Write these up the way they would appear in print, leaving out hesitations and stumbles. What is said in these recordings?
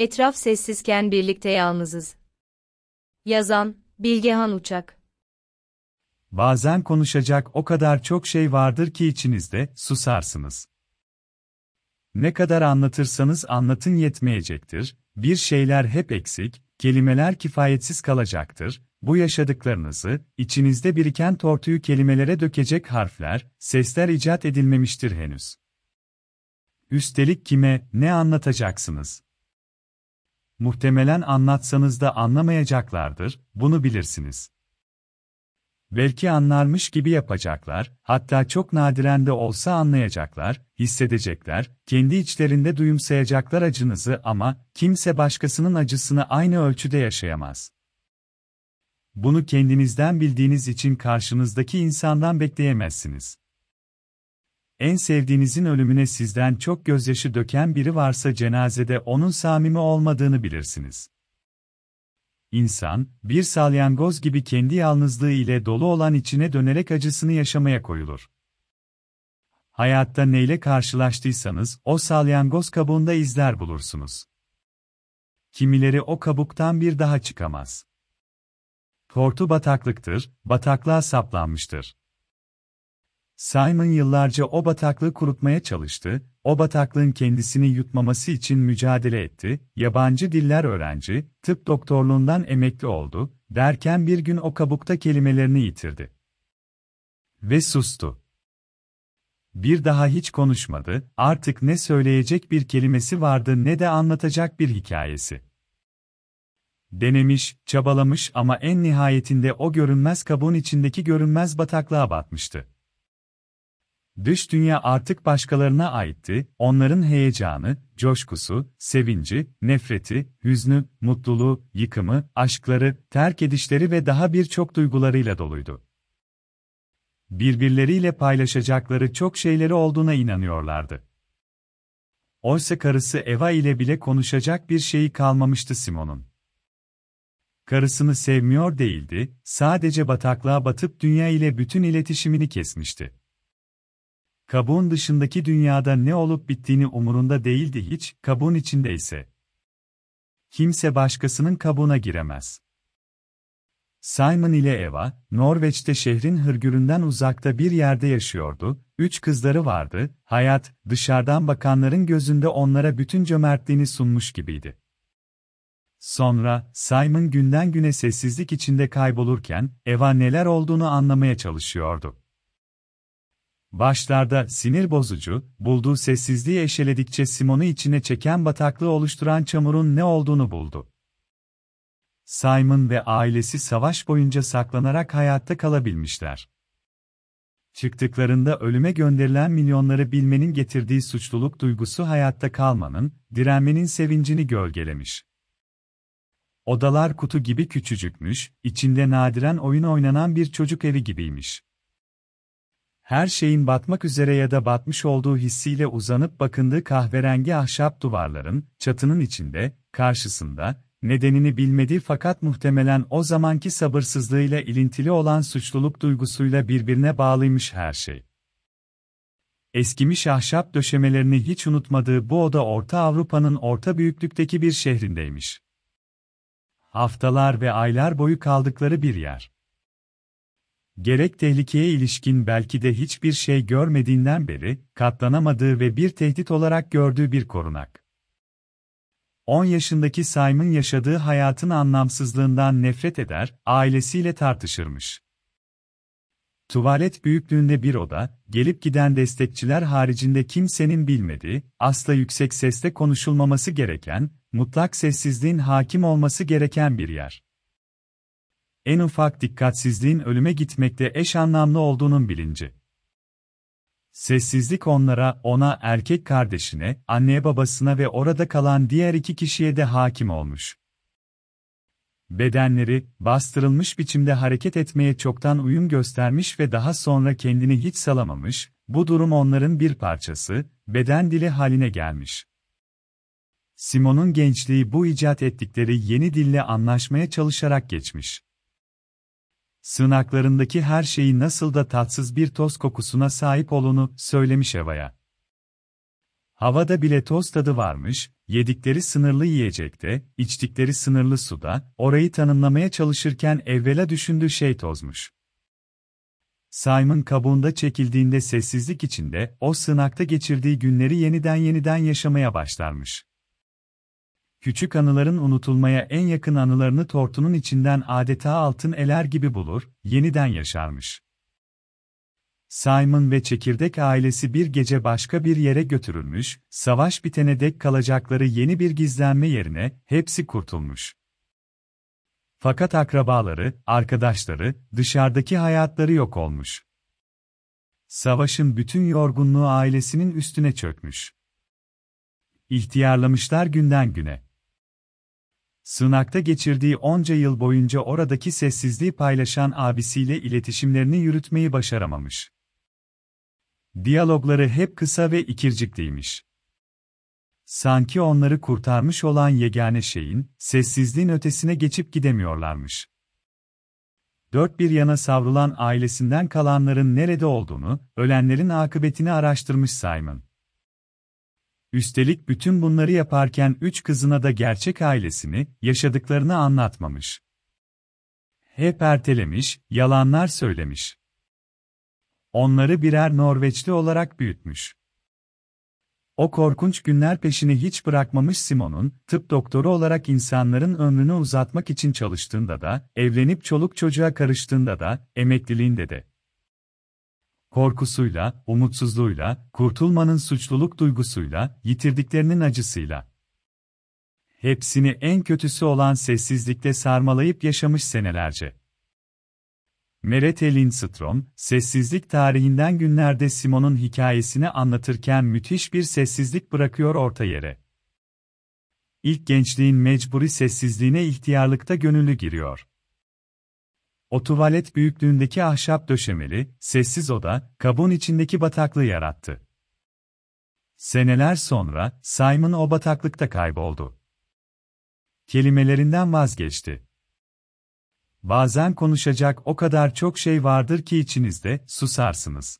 Etraf sessizken birlikte yalnızız. Yazan, Bilgehan Uçak. Bazen konuşacak o kadar çok şey vardır ki içinizde, susarsınız. Ne kadar anlatırsanız anlatın yetmeyecektir, bir şeyler hep eksik, kelimeler kifayetsiz kalacaktır, bu yaşadıklarınızı, içinizde biriken tortuyu kelimelere dökecek harfler, sesler icat edilmemiştir henüz. Üstelik kime, ne anlatacaksınız? Muhtemelen anlatsanız da anlamayacaklardır, bunu bilirsiniz. Belki anlarmış gibi yapacaklar, hatta çok nadiren de olsa anlayacaklar, hissedecekler, kendi içlerinde duyumsayacaklar acınızı ama kimse başkasının acısını aynı ölçüde yaşayamaz. Bunu kendinizden bildiğiniz için karşınızdaki insandan bekleyemezsiniz. En sevdiğinizin ölümüne sizden çok gözyaşı döken biri varsa cenazede onun samimi olmadığını bilirsiniz. İnsan, bir salyangoz gibi kendi yalnızlığı ile dolu olan içine dönerek acısını yaşamaya koyulur. Hayatta neyle karşılaştıysanız, o salyangoz kabuğunda izler bulursunuz. Kimileri o kabuktan bir daha çıkamaz. Tortu bataklıktır, bataklığa saplanmıştır. Simon yıllarca o bataklığı kurutmaya çalıştı, o bataklığın kendisini yutmaması için mücadele etti, yabancı diller öğrenci, tıp doktorluğundan emekli oldu, derken bir gün o kabukta kelimelerini yitirdi. Ve sustu. Bir daha hiç konuşmadı, artık ne söyleyecek bir kelimesi vardı ne de anlatacak bir hikayesi. Denemiş, çabalamış ama en nihayetinde o görünmez kabuğun içindeki görünmez bataklığa batmıştı. Dış dünya artık başkalarına aitti, onların heyecanı, coşkusu, sevinci, nefreti, hüznü, mutluluğu, yıkımı, aşkları, terk edişleri ve daha birçok duygularıyla doluydu. Birbirleriyle paylaşacakları çok şeyleri olduğuna inanıyorlardı. Oysa karısı Eva ile bile konuşacak bir şeyi kalmamıştı Simon'un. Karısını sevmiyor değildi, sadece bataklığa batıp dünya ile bütün iletişimini kesmişti. Kabuğun dışındaki dünyada ne olup bittiğini umurunda değildi hiç, kabuğun içindeyse. Kimse başkasının kabuğuna giremez. Simon ile Eva, Norveç'te şehrin hırgüründen uzakta bir yerde yaşıyordu, 3 kızları vardı, hayat, dışarıdan bakanların gözünde onlara bütün cömertliğini sunmuş gibiydi. Sonra, Simon günden güne sessizlik içinde kaybolurken, Eva neler olduğunu anlamaya çalışıyordu. Başlarda sinir bozucu, bulduğu sessizliği eşeledikçe Simon'u içine çeken bataklığı oluşturan çamurun ne olduğunu buldu. Simon ve ailesi savaş boyunca saklanarak hayatta kalabilmişler. Çıktıklarında ölüme gönderilen milyonları bilmenin getirdiği suçluluk duygusu hayatta kalmanın, direnmenin sevincini gölgelemiş. Odalar kutu gibi küçücükmüş, içinde nadiren oyun oynanan bir çocuk evi gibiymiş. Her şeyin batmak üzere ya da batmış olduğu hissiyle uzanıp bakındığı kahverengi ahşap duvarların, çatının içinde, karşısında, nedenini bilmediği fakat muhtemelen o zamanki sabırsızlığıyla ilintili olan suçluluk duygusuyla birbirine bağlıymış her şey. Eskimiş ahşap döşemelerini hiç unutmadığı bu oda Orta Avrupa'nın orta büyüklükteki bir şehrindeymiş. Haftalar ve aylar boyu kaldıkları bir yer. Gerek tehlikeye ilişkin belki de hiçbir şey görmediğinden beri, katlanamadığı ve bir tehdit olarak gördüğü bir korunak. 10 yaşındaki Simon yaşadığı hayatın anlamsızlığından nefret eder, ailesiyle tartışırmış. Tuvalet büyüklüğünde bir oda, gelip giden destekçiler haricinde kimsenin bilmediği, asla yüksek sesle konuşulmaması gereken, mutlak sessizliğin hakim olması gereken bir yer. En ufak dikkatsizliğin ölüme gitmekte eş anlamlı olduğunun bilinci. Sessizlik onlara, erkek kardeşine, anneye babasına ve orada kalan diğer 2 kişiye de hakim olmuş. Bedenleri, bastırılmış biçimde hareket etmeye çoktan uyum göstermiş ve daha sonra kendini hiç salamamış, bu durum onların bir parçası, beden dili haline gelmiş. Simon'un gençliği bu icat ettikleri yeni dille anlaşmaya çalışarak geçmiş. Sığınaklarındaki her şeyi nasıl da tatsız bir toz kokusuna sahip olduğunu söylemiş Eva'ya. Havada bile toz tadı varmış, yedikleri sınırlı yiyecekte, içtikleri sınırlı suda, orayı tanımlamaya çalışırken evvela düşündüğü şey tozmuş. Simon kabuğunda çekildiğinde sessizlik içinde, o sığınakta geçirdiği günleri yeniden yaşamaya başlarmış. Küçük anıların unutulmaya en yakın anılarını tortunun içinden adeta altın eler gibi bulur, yeniden yaşarmış. Simon ve çekirdek ailesi bir gece başka bir yere götürülmüş, savaş bitene dek kalacakları yeni bir gizlenme yerine, hepsi kurtulmuş. Fakat akrabaları, arkadaşları, dışarıdaki hayatları yok olmuş. Savaşın bütün yorgunluğu ailesinin üstüne çökmüş. İhtiyarlamışlar günden güne. Sığınakta geçirdiği onca yıl boyunca oradaki sessizliği paylaşan abisiyle iletişimlerini yürütmeyi başaramamış. Diyalogları hep kısa ve ikircikliymiş. Sanki onları kurtarmış olan yegane şeyin, sessizliğin ötesine geçip gidemiyorlarmış. Dört bir yana savrulan ailesinden kalanların nerede olduğunu, ölenlerin akıbetini araştırmış Simon. Üstelik bütün bunları yaparken üç kızına da gerçek ailesini, yaşadıklarını anlatmamış. Hep ertelemiş, yalanlar söylemiş. Onları birer Norveçli olarak büyütmüş. O korkunç günler peşini hiç bırakmamış Simon'un, tıp doktoru olarak insanların ömrünü uzatmak için çalıştığında da, evlenip çoluk çocuğa karıştığında da, emekliliğinde de. Korkusuyla, umutsuzluğuyla, kurtulmanın suçluluk duygusuyla, yitirdiklerinin acısıyla. Hepsini en kötüsü olan sessizlikte sarmalayıp yaşamış senelerce. Merete Lindström, sessizlik tarihinden günlerde Simon'un hikayesini anlatırken müthiş bir sessizlik bırakıyor orta yere. İlk gençliğin mecburi sessizliğine ihtiyarlıkta gönüllü giriyor. O tuvalet büyüklüğündeki ahşap döşemeli, sessiz oda, kabuğun içindeki bataklığı yarattı. Seneler sonra, Simon o bataklıkta kayboldu. Kelimelerinden vazgeçti. Bazen konuşacak o kadar çok şey vardır ki içinizde, susarsınız.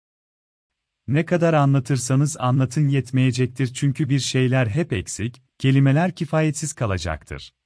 Ne kadar anlatırsanız anlatın yetmeyecektir çünkü bir şeyler hep eksik, kelimeler kifayetsiz kalacaktır.